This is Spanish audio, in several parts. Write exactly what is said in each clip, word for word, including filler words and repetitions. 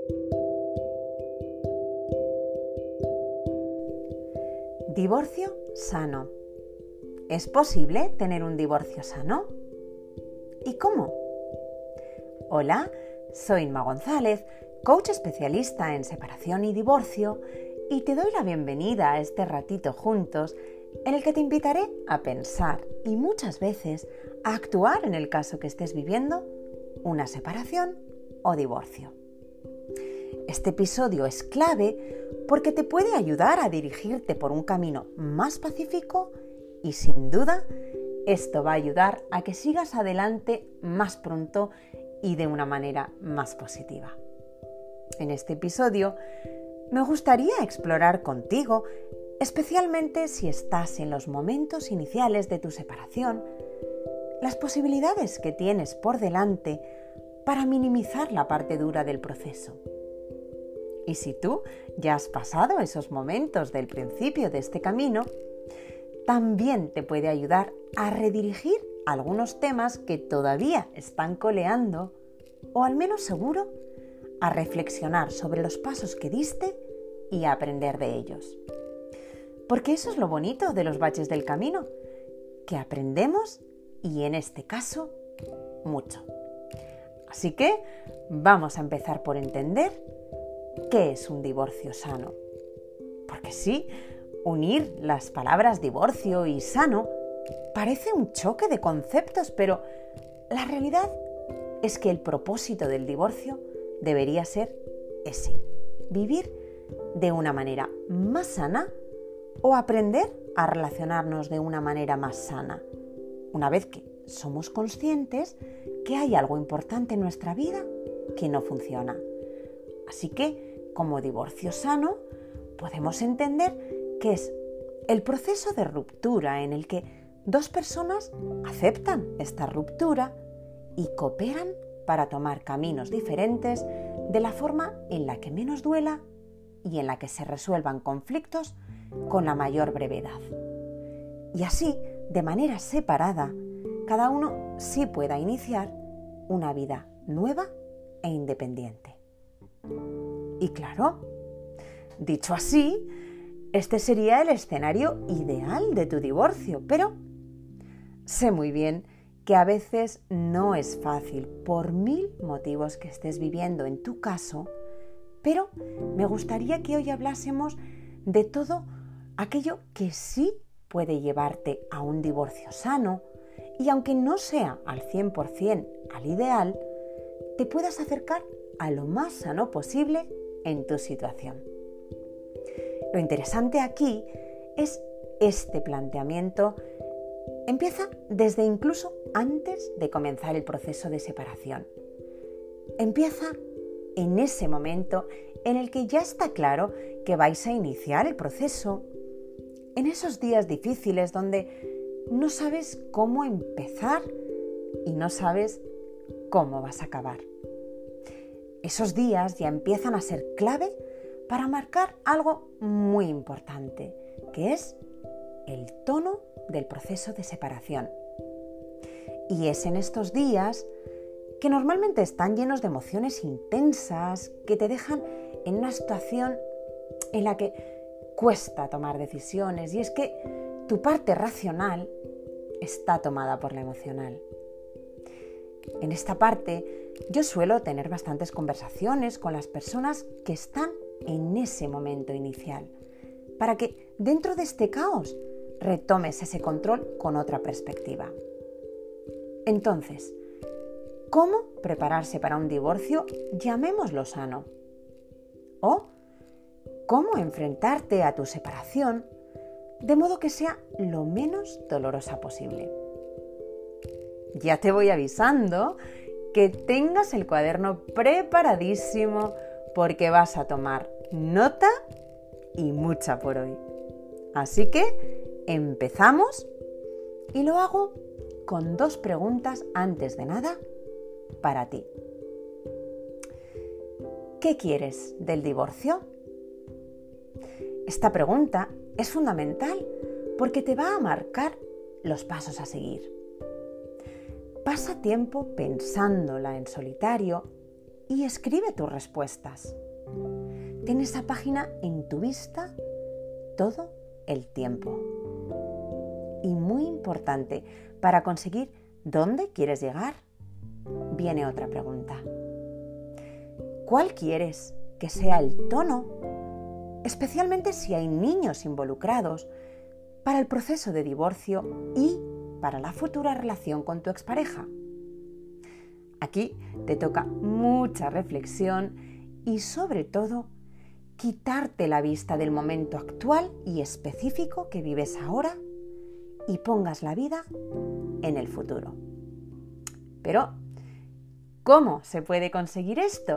Divorcio sano. ¿Es posible tener un divorcio sano? ¿Y cómo? Hola, soy Inma González, coach especialista en separación y divorcio, y te doy la bienvenida a este ratito juntos en el que te invitaré a pensar y muchas veces a actuar en el caso que estés viviendo una separación o divorcio. Este episodio es clave porque te puede ayudar a dirigirte por un camino más pacífico y sin duda esto va a ayudar a que sigas adelante más pronto y de una manera más positiva. En este episodio me gustaría explorar contigo, especialmente si estás en los momentos iniciales de tu separación, las posibilidades que tienes por delante para minimizar la parte dura del proceso. Y si tú ya has pasado esos momentos del principio de este camino, también te puede ayudar a redirigir algunos temas que todavía están coleando, o al menos seguro, a reflexionar sobre los pasos que diste y a aprender de ellos. Porque eso es lo bonito de los baches del camino, que aprendemos y en este caso, mucho. Así que vamos a empezar por entender ¿qué es un divorcio sano? Porque sí, unir las palabras divorcio y sano parece un choque de conceptos, pero la realidad es que el propósito del divorcio debería ser ese: vivir de una manera más sana o aprender a relacionarnos de una manera más sana, una vez que somos conscientes que hay algo importante en nuestra vida que no funciona. Así que, como divorcio sano, podemos entender que es el proceso de ruptura en el que dos personas aceptan esta ruptura y cooperan para tomar caminos diferentes de la forma en la que menos duela y en la que se resuelvan conflictos con la mayor brevedad. Y así, de manera separada, cada uno sí pueda iniciar una vida nueva e independiente. Y claro, dicho así, este sería el escenario ideal de tu divorcio, pero sé muy bien que a veces no es fácil por mil motivos que estés viviendo en tu caso, pero me gustaría que hoy hablásemos de todo aquello que sí puede llevarte a un divorcio sano y aunque no sea al cien por ciento al ideal, te puedas acercar a lo más sano posible en tu situación. Lo interesante aquí es este planteamiento. Empieza desde incluso antes de comenzar el proceso de separación. Empieza en ese momento en el que ya está claro que vais a iniciar el proceso, en esos días difíciles donde no sabes cómo empezar y no sabes cómo vas a acabar. Esos días ya empiezan a ser clave para marcar algo muy importante, que es el tono del proceso de separación. Y es en estos días que normalmente están llenos de emociones intensas que te dejan en una situación en la que cuesta tomar decisiones, y es que tu parte racional está tomada por la emocional. En esta parte yo suelo tener bastantes conversaciones con las personas que están en ese momento inicial, para que dentro de este caos retomes ese control con otra perspectiva. Entonces, ¿cómo prepararse para un divorcio, llamémoslo sano? ¿O cómo enfrentarte a tu separación de modo que sea lo menos dolorosa posible? Ya te voy avisando que tengas el cuaderno preparadísimo porque vas a tomar nota y mucha por hoy. Así que empezamos y lo hago con dos preguntas antes de nada para ti. ¿Qué quieres del divorcio? Esta pregunta es fundamental porque te va a marcar los pasos a seguir. Pasa tiempo pensándola en solitario y escribe tus respuestas. Ten esa página en tu vista todo el tiempo. Y muy importante, para conseguir dónde quieres llegar, viene otra pregunta. ¿Cuál quieres que sea el tono, especialmente si hay niños involucrados, para el proceso de divorcio y para la futura relación con tu expareja? Aquí te toca mucha reflexión y, sobre todo, quitarte la vista del momento actual y específico que vives ahora y pongas la vida en el futuro. Pero, ¿cómo se puede conseguir esto?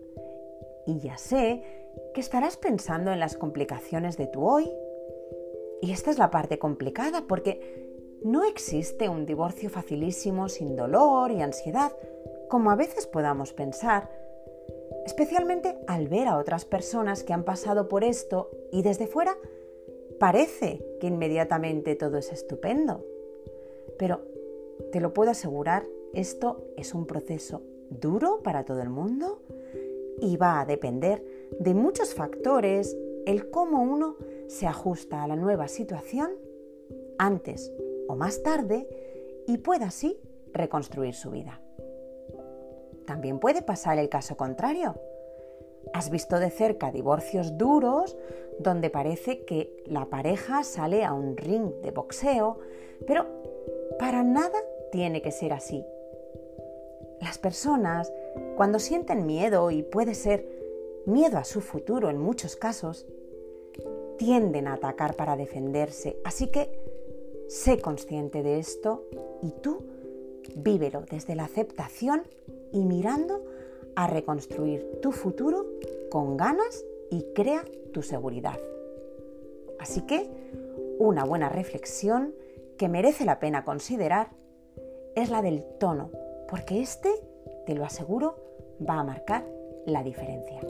Y ya sé que estarás pensando en las complicaciones de tu hoy, y esta es la parte complicada porque no existe un divorcio facilísimo sin dolor y ansiedad, como a veces podamos pensar, especialmente al ver a otras personas que han pasado por esto y desde fuera parece que inmediatamente todo es estupendo. Pero te lo puedo asegurar, esto es un proceso duro para todo el mundo y va a depender de muchos factores el cómo uno se ajusta a la nueva situación antes o más tarde y pueda así reconstruir su vida. También puede pasar el caso contrario. Has visto de cerca divorcios duros donde parece que la pareja sale a un ring de boxeo, pero para nada tiene que ser así. Las personas, cuando sienten miedo, y puede ser miedo a su futuro en muchos casos, tienden a atacar para defenderse. Así que sé consciente de esto y tú vívelo desde la aceptación y mirando a reconstruir tu futuro con ganas y crea tu seguridad. Así que una buena reflexión que merece la pena considerar es la del tono, porque este, te lo aseguro, va a marcar la diferencia.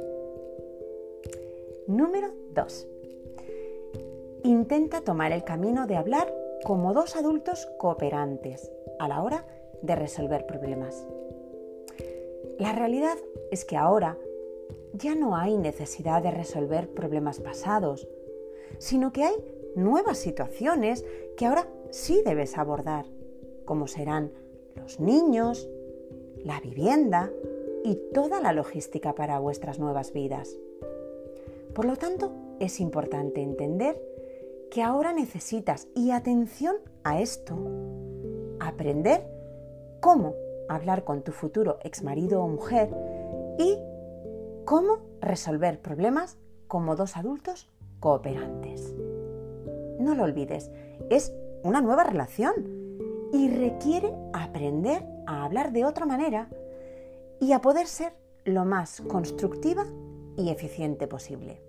Número dos. Intenta tomar el camino de hablar como dos adultos cooperantes a la hora de resolver problemas. La realidad es que ahora ya no hay necesidad de resolver problemas pasados, sino que hay nuevas situaciones que ahora sí debes abordar, como serán los niños, la vivienda y toda la logística para vuestras nuevas vidas. Por lo tanto, es importante entender que ahora necesitas, y atención a esto, aprender cómo hablar con tu futuro exmarido o mujer y cómo resolver problemas como dos adultos cooperantes. No lo olvides, es una nueva relación y requiere aprender a hablar de otra manera y a poder ser lo más constructiva y eficiente posible.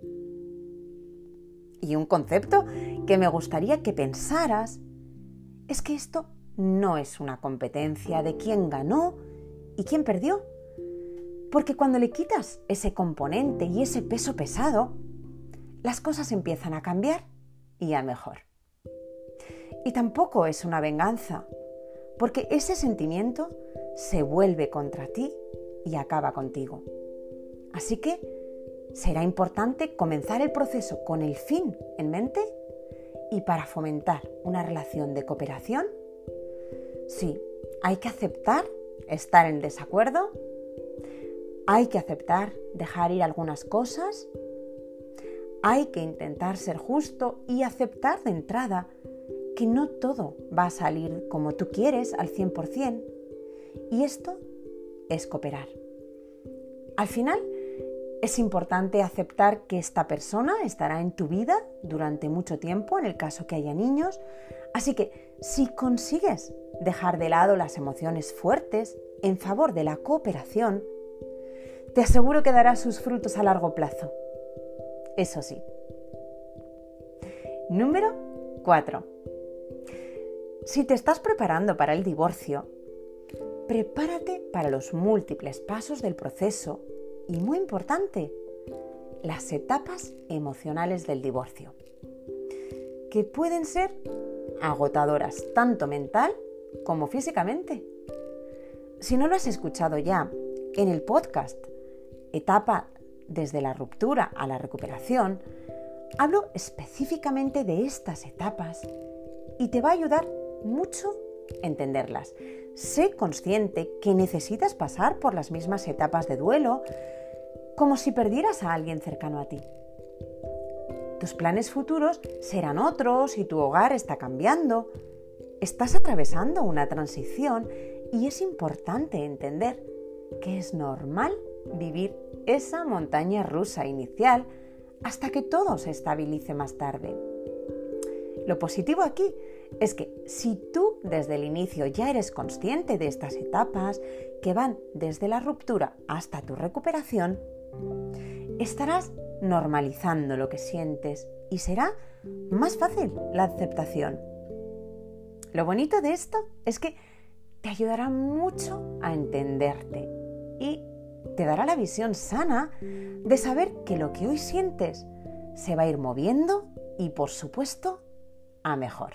Y un concepto que me gustaría que pensaras es que esto no es una competencia de quién ganó y quién perdió, porque cuando le quitas ese componente y ese peso pesado, las cosas empiezan a cambiar y a mejor. Y tampoco es una venganza, porque ese sentimiento se vuelve contra ti y acaba contigo. Así que será importante comenzar el proceso con el fin en mente y para fomentar una relación de cooperación. Sí, hay que aceptar estar en desacuerdo, hay que aceptar dejar ir algunas cosas, hay que intentar ser justo y aceptar de entrada que no todo va a salir como tú quieres al cien por ciento, y esto es cooperar. Al final, es importante aceptar que esta persona estará en tu vida durante mucho tiempo, en el caso que haya niños, así que si consigues dejar de lado las emociones fuertes en favor de la cooperación, te aseguro que dará sus frutos a largo plazo. Eso sí. Número cuatro. Si te estás preparando para el divorcio, prepárate para los múltiples pasos del proceso y, muy importante, las etapas emocionales del divorcio, que pueden ser agotadoras tanto mental como físicamente. Si no lo has escuchado ya en el podcast etapa desde la ruptura a la recuperación, hablo específicamente de estas etapas y te va a ayudar mucho entenderlas. Sé consciente que necesitas pasar por las mismas etapas de duelo como si perdieras a alguien cercano a ti. Tus planes futuros serán otros y tu hogar está cambiando. Estás atravesando una transición y es importante entender que es normal vivir esa montaña rusa inicial hasta que todo se estabilice más tarde. Lo positivo aquí es que si tú desde el inicio ya eres consciente de estas etapas que van desde la ruptura hasta tu recuperación, estarás normalizando lo que sientes y será más fácil la aceptación. Lo bonito de esto es que te ayudará mucho a entenderte y te dará la visión sana de saber que lo que hoy sientes se va a ir moviendo y, por supuesto, a mejor.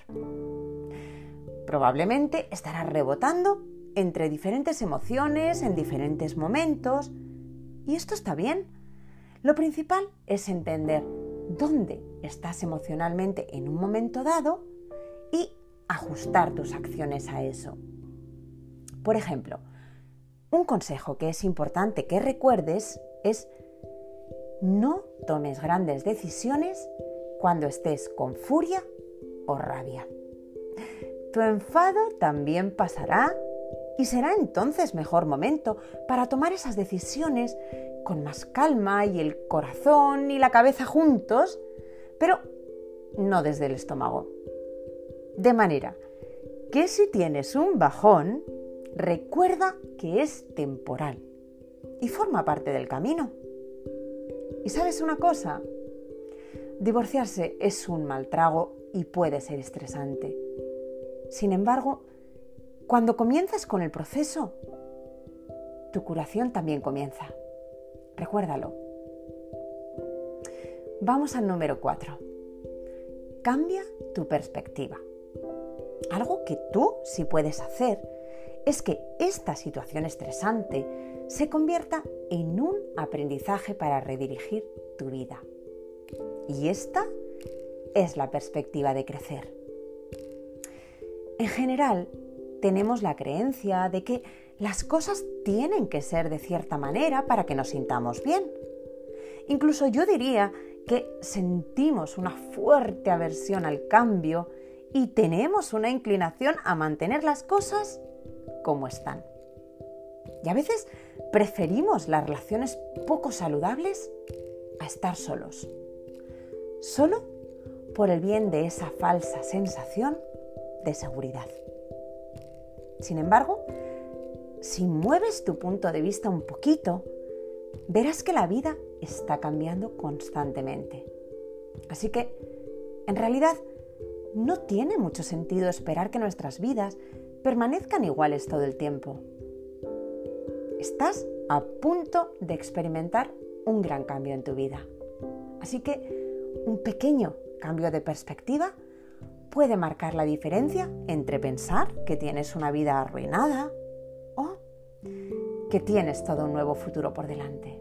Probablemente estarás rebotando entre diferentes emociones en diferentes momentos y esto está bien. Lo principal es entender dónde estás emocionalmente en un momento dado y ajustar tus acciones a eso. Por ejemplo, un consejo que es importante que recuerdes es no tomes grandes decisiones cuando estés con furia o rabia. Tu enfado también pasará y será entonces mejor momento para tomar esas decisiones con más calma y el corazón y la cabeza juntos, pero no desde el estómago. De manera que si tienes un bajón, recuerda que es temporal y forma parte del camino. ¿Y sabes una cosa? Divorciarse es un mal trago y puede ser estresante. Sin embargo, cuando comienzas con el proceso, tu curación también comienza. Recuérdalo. Vamos al número cuatro. Cambia tu perspectiva. Algo que tú sí puedes hacer es que esta situación estresante se convierta en un aprendizaje para redirigir tu vida. Y esta es la perspectiva de crecer. En general, tenemos la creencia de que las cosas tienen que ser de cierta manera para que nos sintamos bien. Incluso yo diría que sentimos una fuerte aversión al cambio y tenemos una inclinación a mantener las cosas como están. Y a veces preferimos las relaciones poco saludables a estar solos. Solo por el bien de esa falsa sensación de seguridad. Sin embargo, si mueves tu punto de vista un poquito, verás que la vida está cambiando constantemente. Así que, en realidad, no tiene mucho sentido esperar que nuestras vidas permanezcan iguales todo el tiempo. Estás a punto de experimentar un gran cambio en tu vida. Así que un pequeño cambio de perspectiva puede marcar la diferencia entre pensar que tienes una vida arruinada o que tienes todo un nuevo futuro por delante.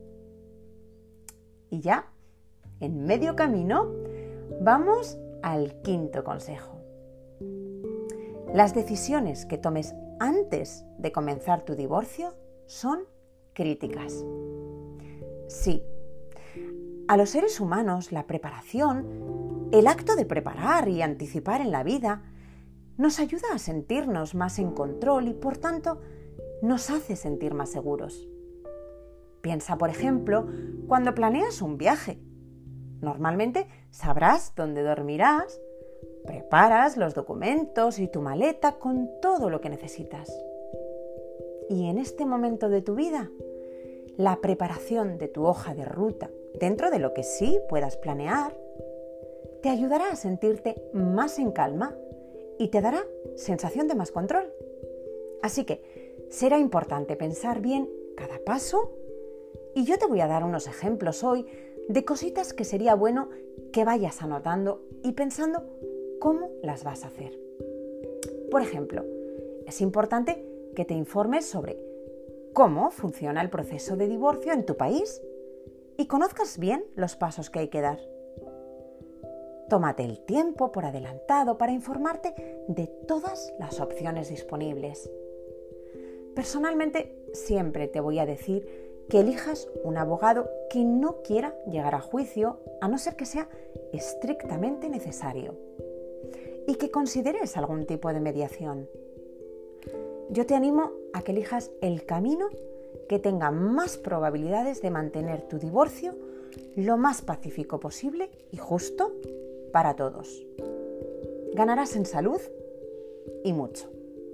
Y ya, en medio camino, vamos al quinto consejo. Las decisiones que tomes antes de comenzar tu divorcio son críticas. Sí, a los seres humanos la preparación, el acto de preparar y anticipar en la vida, nos ayuda a sentirnos más en control y, por tanto, nos hace sentir más seguros. Piensa, por ejemplo, cuando planeas un viaje. Normalmente sabrás dónde dormirás, preparas los documentos y tu maleta con todo lo que necesitas. Y en este momento de tu vida, la preparación de tu hoja de ruta, dentro de lo que sí puedas planear, te ayudará a sentirte más en calma y te dará sensación de más control. Así que será importante pensar bien cada paso y yo te voy a dar unos ejemplos hoy de cositas que sería bueno que vayas anotando y pensando cómo las vas a hacer. Por ejemplo, es importante que te informes sobre cómo funciona el proceso de divorcio en tu país y conozcas bien los pasos que hay que dar. Tómate el tiempo por adelantado para informarte de todas las opciones disponibles. Personalmente, siempre te voy a decir que elijas un abogado que no quiera llegar a juicio, a no ser que sea estrictamente necesario, y que consideres algún tipo de mediación. Yo te animo a que elijas el camino que tenga más probabilidades de mantener tu divorcio lo más pacífico posible y justo para todos. Ganarás en salud y mucho.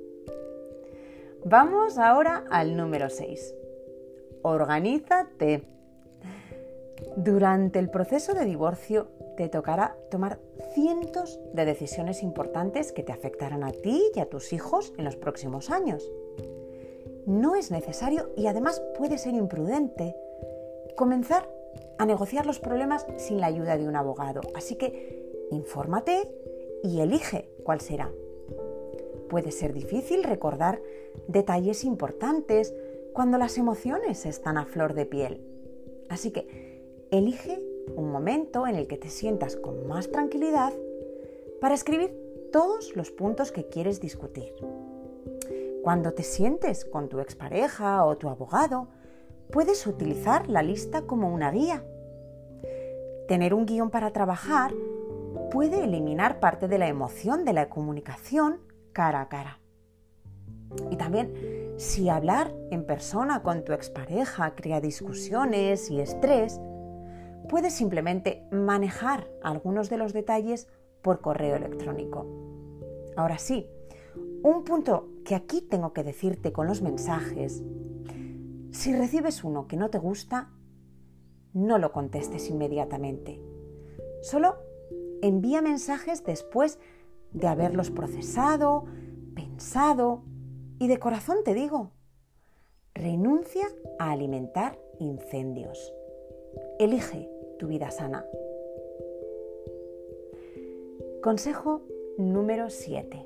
Vamos ahora al número seis. Organízate. Durante el proceso de divorcio te tocará tomar cientos de decisiones importantes que te afectarán a ti y a tus hijos en los próximos años. No es necesario y además puede ser imprudente comenzar a negociar los problemas sin la ayuda de un abogado. Así que infórmate y elige cuál será. Puede ser difícil recordar detalles importantes cuando las emociones están a flor de piel. Así que elige un momento en el que te sientas con más tranquilidad para escribir todos los puntos que quieres discutir. Cuando te sientes con tu expareja o tu abogado, puedes utilizar la lista como una guía. Tener un guión para trabajar puede eliminar parte de la emoción de la comunicación cara a cara. Y también, si hablar en persona con tu expareja crea discusiones y estrés, puedes simplemente manejar algunos de los detalles por correo electrónico. Ahora sí, un punto que aquí tengo que decirte con los mensajes: si recibes uno que no te gusta, no lo contestes inmediatamente. Solo envía mensajes después de haberlos procesado, pensado y de corazón te digo, renuncia a alimentar incendios. Elige tu vida sana. Consejo número siete.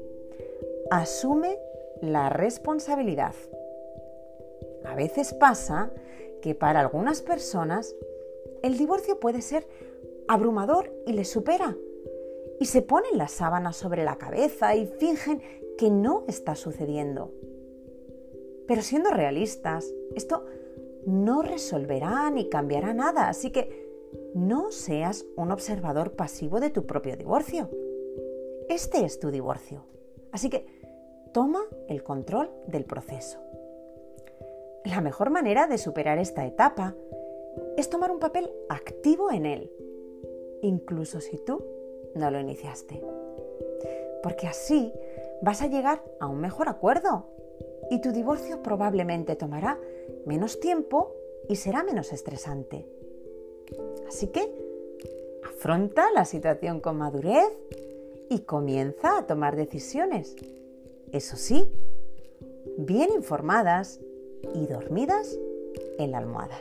Asume la responsabilidad. A veces pasa que para algunas personas el divorcio puede ser abrumador y les supera, y se ponen las sábanas sobre la cabeza y fingen que no está sucediendo. Pero siendo realistas, esto no resolverá ni cambiará nada, así que no seas un observador pasivo de tu propio divorcio. Este es tu divorcio, así que toma el control del proceso. La mejor manera de superar esta etapa es tomar un papel activo en él, incluso si tú no lo iniciaste. Porque así vas a llegar a un mejor acuerdo y tu divorcio probablemente tomará menos tiempo y será menos estresante. Así que afronta la situación con madurez y comienza a tomar decisiones. Eso sí, bien informadas y dormidas en la almohada.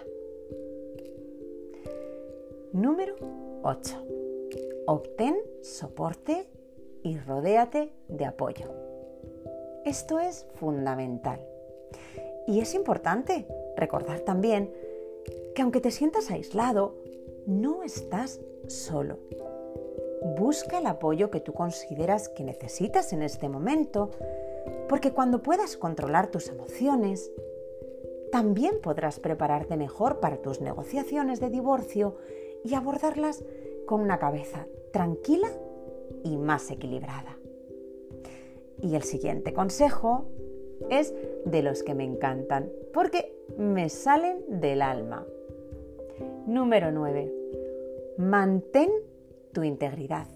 Número ocho. Obtén soporte y rodéate de apoyo. Esto es fundamental. Y es importante recordar también que aunque te sientas aislado, no estás solo. Busca el apoyo que tú consideras que necesitas en este momento, porque cuando puedas controlar tus emociones, también podrás prepararte mejor para tus negociaciones de divorcio y abordarlas con una cabeza tranquila y más equilibrada. Y el siguiente consejo es de los que me encantan, porque me salen del alma. Número nueve. Mantén tu integridad.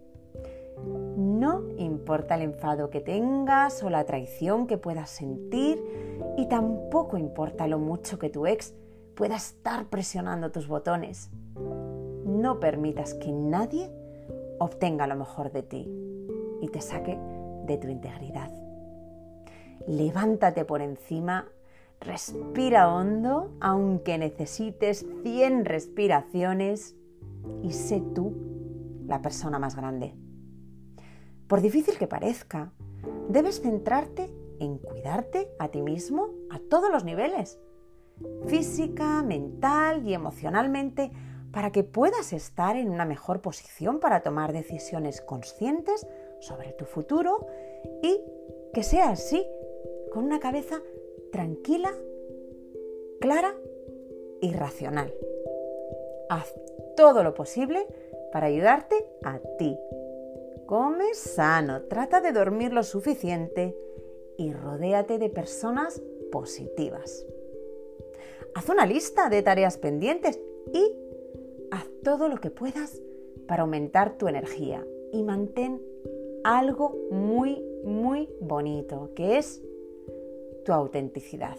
No importa el enfado que tengas o la traición que puedas sentir, y tampoco importa lo mucho que tu ex pueda estar presionando tus botones. No permitas que nadie obtenga lo mejor de ti y te saque de tu integridad. Levántate por encima, respira hondo, aunque necesites cien respiraciones, y sé tú la persona más grande. Por difícil que parezca, debes centrarte en cuidarte a ti mismo a todos los niveles, física, mental y emocionalmente, para que puedas estar en una mejor posición para tomar decisiones conscientes sobre tu futuro y que sea así, con una cabeza tranquila, clara y racional. Haz todo lo posible para ayudarte a ti. Come sano, trata de dormir lo suficiente y rodéate de personas positivas. Haz una lista de tareas pendientes y haz todo lo que puedas para aumentar tu energía y mantén algo muy, muy bonito, que es tu autenticidad.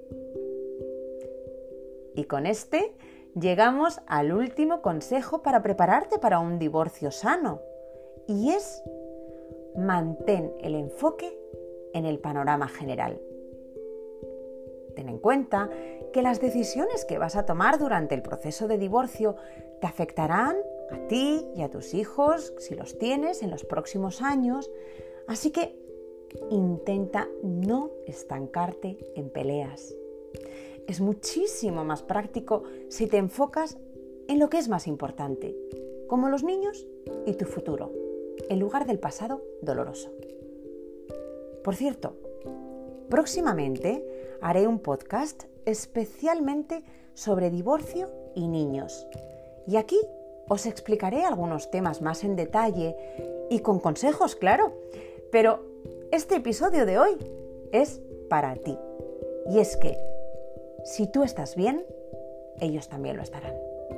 Y con este llegamos al último consejo para prepararte para un divorcio sano, y es mantén el enfoque en el panorama general. Ten en cuenta que las decisiones que vas a tomar durante el proceso de divorcio te afectarán a ti y a tus hijos, si los tienes, en los próximos años. Así que intenta no estancarte en peleas. Es muchísimo más práctico si te enfocas en lo que es más importante, como los niños y tu futuro, en lugar del pasado doloroso. Por cierto, próximamente haré un podcast especialmente sobre divorcio y niños. Y aquí os explicaré algunos temas más en detalle y con consejos, claro. Pero este episodio de hoy es para ti. Y es que si tú estás bien, ellos también lo estarán.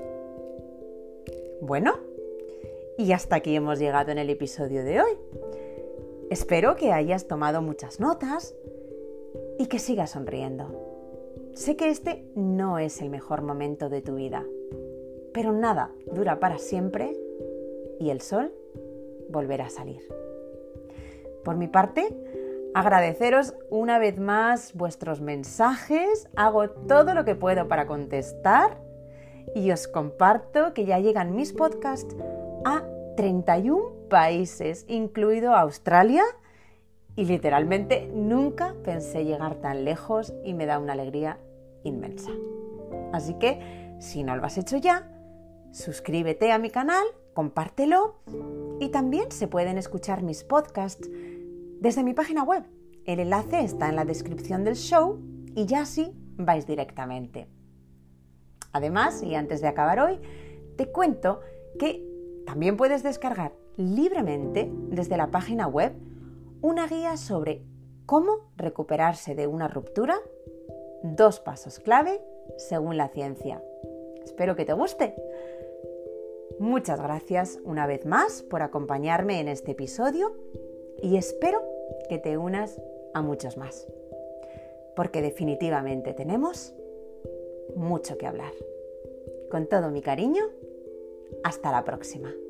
Bueno, y hasta aquí hemos llegado en el episodio de hoy. Espero que hayas tomado muchas notas y que sigas sonriendo. Sé que este no es el mejor momento de tu vida, pero nada dura para siempre y el sol volverá a salir. Por mi parte, agradeceros una vez más vuestros mensajes. Hago todo lo que puedo para contestar y os comparto que ya llegan mis podcasts a treinta y un países, incluido Australia, y literalmente nunca pensé llegar tan lejos y me da una alegría inmensa. Así que, si no lo has hecho ya, suscríbete a mi canal, compártelo y también se pueden escuchar mis podcasts desde mi página web. El enlace está en la descripción del show y ya así vais directamente. Además, y antes de acabar hoy, te cuento que también puedes descargar libremente desde la página web una guía sobre cómo recuperarse de una ruptura, dos pasos clave según la ciencia. Espero que te guste. Muchas gracias una vez más por acompañarme en este episodio y espero que te unas a muchos más, porque definitivamente tenemos mucho que hablar. Con todo mi cariño, hasta la próxima.